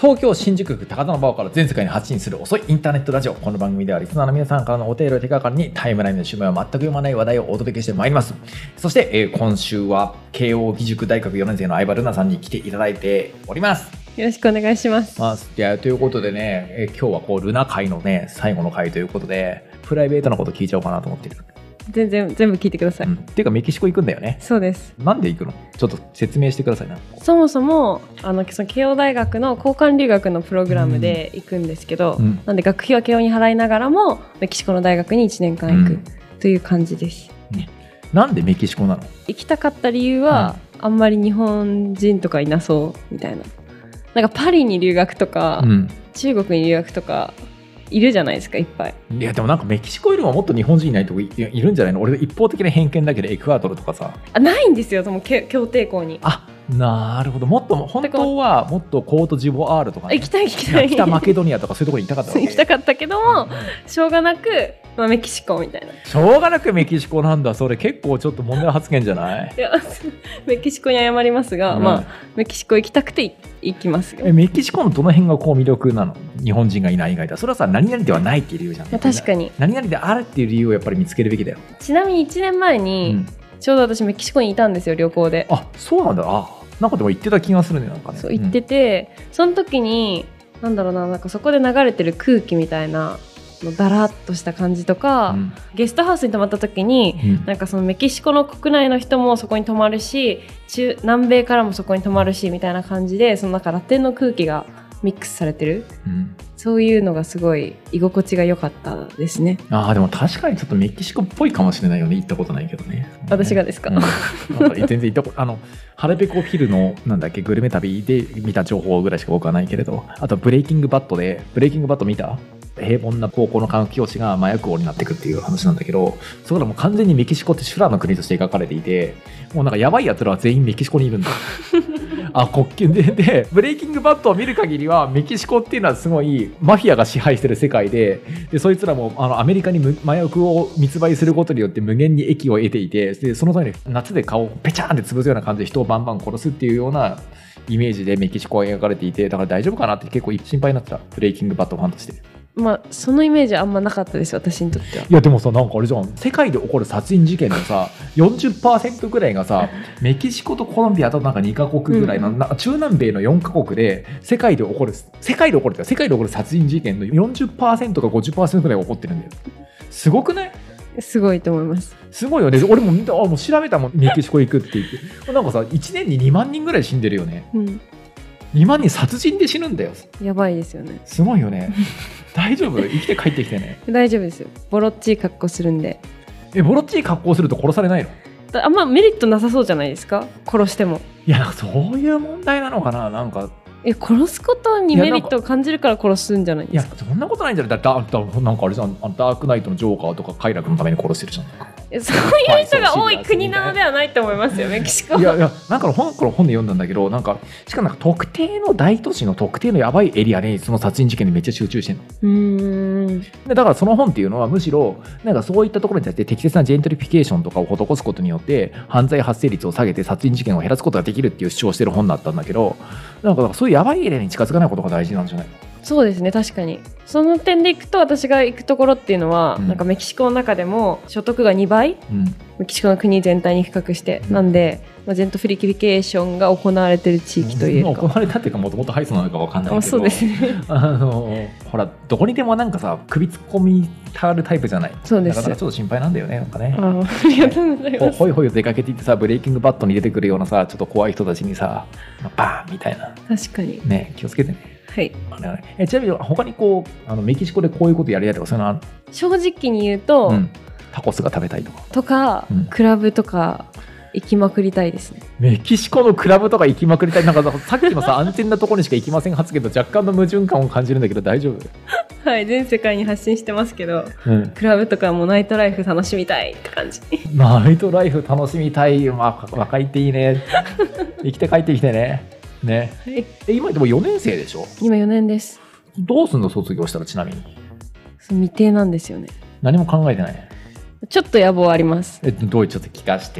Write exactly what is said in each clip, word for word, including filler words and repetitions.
東京新宿区高田馬場から全世界に発信する遅いインターネットラジオ。この番組ではリスナーの皆さんからのお手入れを手がかりにタイムラインの趣味を全く読まない話題をお届けしてまいります。そして、えー、今週は慶應義塾大学よねん生の相葉ルナさんに来ていただいております。 よろしくお願いします。 まあ、いやということでね、えー、今日はこうルナ会のね最後の回ということでプライベートなこと聞いちゃおうかなと思ってる。 全然全部聞いてください。 うん、っていうかメキシコ行くんだよね。 そうです。 なんで行くの？ちょっと説明してくださいな。 そもそもあのその慶応大学の交換留学のプログラムで行くんですけど、うん、なんで学費は慶応に払いながらもメキシコの大学にいちねんかん行くという感じです。 うんね、なんでメキシコなの？ 行きたかった理由は、うん、あんまり日本人とかいなそうみたいな。なんかパリに留学とか、うん、中国に留学とかいるじゃないですか、いっぱい。 いやでもなんかメキシコよりももっと日本人いないとこ い, いるんじゃないの？俺一方的な偏見だけどエクアドルとかさあないんですよ、その協定校に。 あなるほど。もっと本当はもっとコートジボワールとか、ね、 行きたい行きたい北マケドニアとかそういうところに行きたかったわけ。 行きたかったけども、うん、しょうがなく、まあ、メキシコみたいな。 しょうがなくメキシコなんだ。それ結構ちょっと問題発言じゃない？いやメキシコに謝りますが、うん、まあ、メキシコ行きたくて行きますよ。 えメキシコのどの辺がこう魅力なの？日本人がいない以外だ。それはさ何々ではないっていう理由じゃん。 まあ、確かに何々であるっていう理由をやっぱり見つけるべきだよ。 ちなみにいちねんまえに、うん、ちょうど私メキシコにいたんですよ、旅行で。 あそうなんだ。あなんかでも言ってた気がするね。なんかね、 そう言ってて、うん、その時になんだろうな、なんかそこで流れてる空気みたいなのだらっとした感じとか、うん、ゲストハウスに泊まった時に、うん、なんかそのメキシコの国内の人もそこに泊まるし、中南米からもそこに泊まるしみたいな感じで、そのなんかラテンの空気がミックスされてる、うん、そういうのがすごい居心地が良かったですね。 あでも確かにちょっとメキシコっぽいかもしれないよね。行ったことないけどね。 私がですか？うん、なんか全然行ったことあのハレペコフィルのなんだっけグルメ旅で見た情報ぐらいしか僕はないけれど、あとブレイキングバットでブレイキングバット見た？平凡な高校の科学教師が麻薬王になっていくっていう話なんだけど、そこらもう完全にメキシコって修羅の国として描かれていて、もうなんかやばいやつらは全員メキシコにいるんだあ国境ででブレイキングバットを見る限りはメキシコっていうのはすごいマフィアが支配してる世界で、でそいつらもあのアメリカに麻薬を密売することによって無限に益を得ていて、でそのために夏で顔をペチャーンって潰すような感じで人をバンバン殺すっていうようなイメージでメキシコが描かれていて、だから大丈夫かなって結構心配になってた、ブレイキングバットファンとして。 まあ、そのイメージはあんまなかったです、私にとっては。 いやでもさ、なんかあれじゃん、世界で起こる殺人事件のさ よんじゅっパーセント ぐらいがさメキシコとコロンビアとなんかにカ国ぐらいの、うん、なんか中南米のよんカ国で世界で起こる世界で起こるって世界で起こる殺人事件の よんじゅっパーセント か ごじゅっパーセント ぐらい起こってるんだよ。すごくない？ すごいと思います。 すごいよね。俺も見た、あもう調べたもん、メキシコ行くって言ってなんかさいちねんににまんにんぐらい死んでるよね。うん、にまんにん殺人で死ぬんだよ。やばいですよね。 すごいよね大丈夫？生きて帰ってきてね。 大丈夫ですよ。ボロっちい格好するんで。 えボロっちい格好すると殺されないの？ あんまメリットなさそうじゃないですか、殺しても。 いやそういう問題なのかな。なんかえ殺すことにメリットを感じるから殺すんじゃないですか。 いやそんなことないんじゃない。だだだなんかあれじゃん、ダークナイトのジョーカーとか快楽のために殺してるじゃん。 そういう人が多い国なのではないと思いますよ、メキシコ。 いやいやなんか本この本で読んだんだけど、なんかしかもなんか特定の大都市の特定のやばいエリアにその殺人事件でめっちゃ集中してるの。うーんでだからその本っていうのはむしろなんかそういったところに対して適切なジェントリフィケーションとかを施すことによって犯罪発生率を下げて殺人事件を減らすことができるっていう主張をしてる本だったんだけど、なんかそういうやばいエリアに近づかないことが大事なんじゃないの？ そうですね、確かにその点でいくと私が行くところっていうのは、うん、なんかメキシコの中でも所得がにばい、うん、メキシコの国全体に比較して、うん、なんで、まあ、ジェントフリフィケーションが行われてる地域というか、 行われたっていうかもともと敗訴なのか分かんないけど、 そうですねあのほらどこにでもなんかさ首突っ込みたるタイプじゃない。 そうです。 だからちょっと心配なんだよね。なんかね、 あありがとうございます。 ほいほい出かけていってさブレイキングバットに出てくるようなさちょっと怖い人たちにさバーンみたいな。 確かにね、気をつけてね。 はい、 えちなみに他にこうあのメキシコでこういうことやりたいとかそういうのある？ 正直に言うと、うん、 タコスが食べたいとかとか、うん、クラブとか行きまくりたいですね。 メキシコのクラブとか行きまくりたい。なんかさっきのさ安全なところにしか行きません発言と若干の矛盾感を感じるんだけど大丈夫？ はい、全世界に発信してますけど、うん、クラブとかもナイトライフ楽しみたいって感じ。 ナイトライフ楽しみたい、まあ、若いっていいね生きて帰ってきてね。ね、はい、え今でもよねん生でしょ？ 今よねんです。 どうすんの卒業したら？ちなみに未定なんですよね。 何も考えてない？ ちょっと野望あります。 えどういうちょっと聞かしてよ。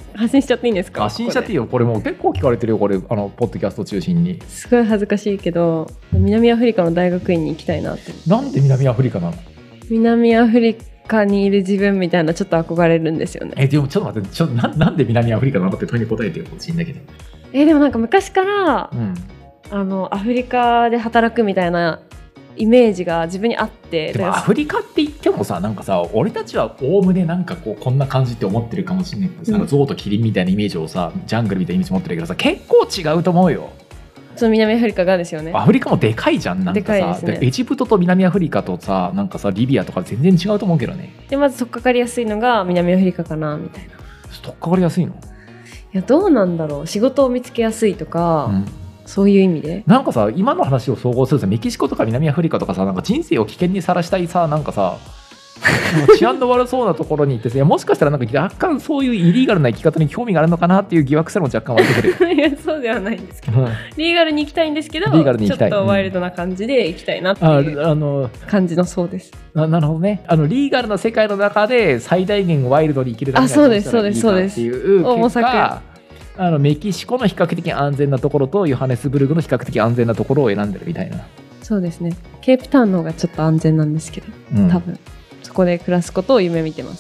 発信しちゃっていいんですか？ 発信しちゃっていいよ。これもう結構聞かれてるよ、これあのポッドキャスト中心に。 すごい恥ずかしいけど南アフリカの大学院に行きたいなって。 なんで南アフリカなの？ 南アフリカにいる自分みたいなちょっと憧れるんですよね。 えでもちょっと待って、ちょな, なんで南アフリカなのって問いに答えてほしいんだけど。 えでもなんか昔から、 うん、 あのアフリカで働くみたいなイメージが自分にあって。 でもアフリカって言ってもさ、なんかさ、俺たちはおおむねなんかこうこんな感じって思ってるかもしれないけどさ、うん、ゾウとキリンみたいなイメージをさ、ジャングルみたいなイメージ持ってるけどさ、結構違うと思うよ。 その南アフリカがですよね。 アフリカもでかいじゃん。なんかさ、でかいですね。エジプトと南アフリカとさ、なんかさリビアとか全然違うと思うけどね。 でまず取っかかりやすいのが南アフリカかなみたいな。 取っかかりやすいの？いやどうなんだろう。仕事を見つけやすいとか、うん、そういう意味でなんかさ、今の話を総合するとメキシコとか南アフリカとかさ、なんか人生を危険にさらしたいさ、なんかさ治安の悪そうなところに行ってさ、もしかしたらなんか若干そういうイリーガルな生き方に興味があるのかなっていう疑惑すらも若干湧いてくる。 いやそうではないんですけど、うん、リーガルに行きたいんですけど、 リーガルに行きたい、 ちょっとワイルドな感じで行きたいなっていうあの感じのそうです。 な, なるほどね。あのリーガルな世界の中で最大限ワイルドに生きるためにはどうしたらいいかっていう結果、あのメキシコの比較的安全なところとヨハネスブルグの比較的安全なところを選んでるみたいな。 そうですね。ケープタウンの方がちょっと安全なんですけど、うん、多分そこで暮らすことを夢見てます。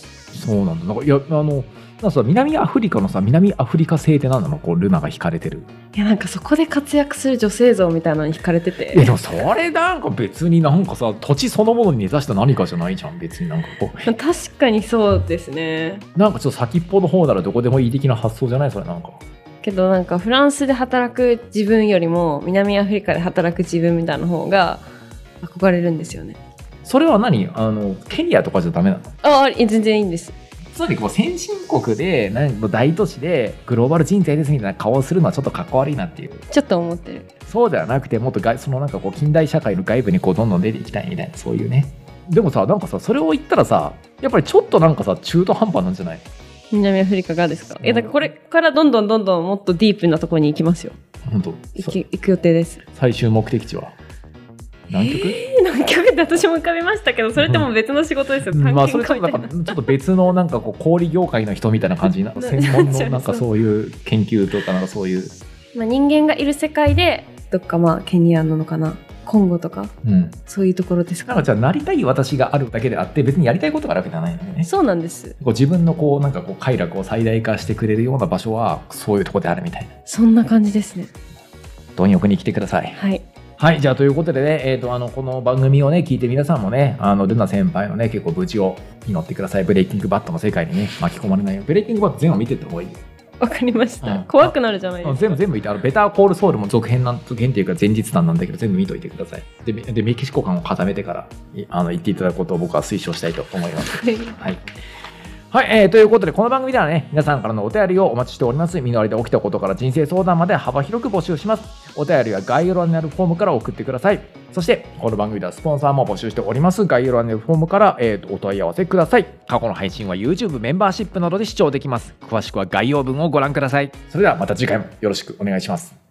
そうなんだ。なんかいやあのなんかさ、南アフリカのさ、南アフリカ製って何なの？こうルナが惹かれてる。 いやなんかそこで活躍する女性像みたいなのに惹かれてて。 いやでもそれなんか別になんかさ、土地そのものに根ざした何かじゃないじゃん。別になんかこう確かにそうですね。 なんかちょっと先っぽの方ならどこでもいい的な発想じゃない？それなんかけどなんかフランスで働く自分よりも南アフリカで働く自分みたいな方が憧れるんですよね。 それは何？あのケニアとかじゃダメなの？ ああ全然いいんです。 つまりこう先進国で大都市でグローバル人材ですみたいな顔をするのはちょっとかっこ悪いなっていうちょっと思ってる。 そうではなくて、もっとそのなんかこう近代社会の外部にこうどんどん出ていきたいみたいな、そういうね。でもさ、なんかさ、それを言ったらさ、やっぱりちょっとなんかさ中途半端なんじゃない？南アフリカがですか？えだからこれからどんどんどんどんもっとディープなところに行きますよ。 本当？ 行き行く予定です。 最終目的地は南極？ えー、南極って私も浮かびましたけど、それってもう別の仕事ですよ。 うん、まあそれちょっとなんかちょっと別のなんかこう氷業界の人みたいな感じな専門のなんかそういう研究とかなんかそういう、 まあ、人間がいる世界でどっかまあケニアなのかな、コンゴとか、うん、そういうところですか。 なんかじゃあなりたい私があるだけであって別にやりたいことがあるわけじゃないのよね。 そうなんです。 こう自分のこうなんかこう快楽を最大化してくれるような場所はそういうところであるみたいな、 そんな感じですね。 貪欲に来てください。 はいはい、じゃあということでね、えーと、あのこの番組をね聞いて皆さんもね、あのルナ先輩のね結構無事を祈ってください。ブレイキングバットの世界にね巻き込まれないように。ブレイキングバット全部見てった方がいいよ。 わかりました、 うん、 怖くなるじゃないですか。 全部全部見て、あのベターコールソウルも続編なん続編っていうか前日談なんだけど全部見といてください。で、でメキシコ感を固めてからあの言っていただくことを僕は推奨したいと思います。はい。はい、えー、ということでこの番組ではね皆さんからのお便りをお待ちしております。身の回りで起きたことから人生相談まで幅広く募集します。お便りは概要欄にあるフォームから送ってください。そしてこの番組ではスポンサーも募集しております。概要欄にあるフォームから、えー、とお問い合わせください。過去の配信は YouTube メンバーシップなどで視聴できます。詳しくは概要文をご覧ください。それではまた次回もよろしくお願いします。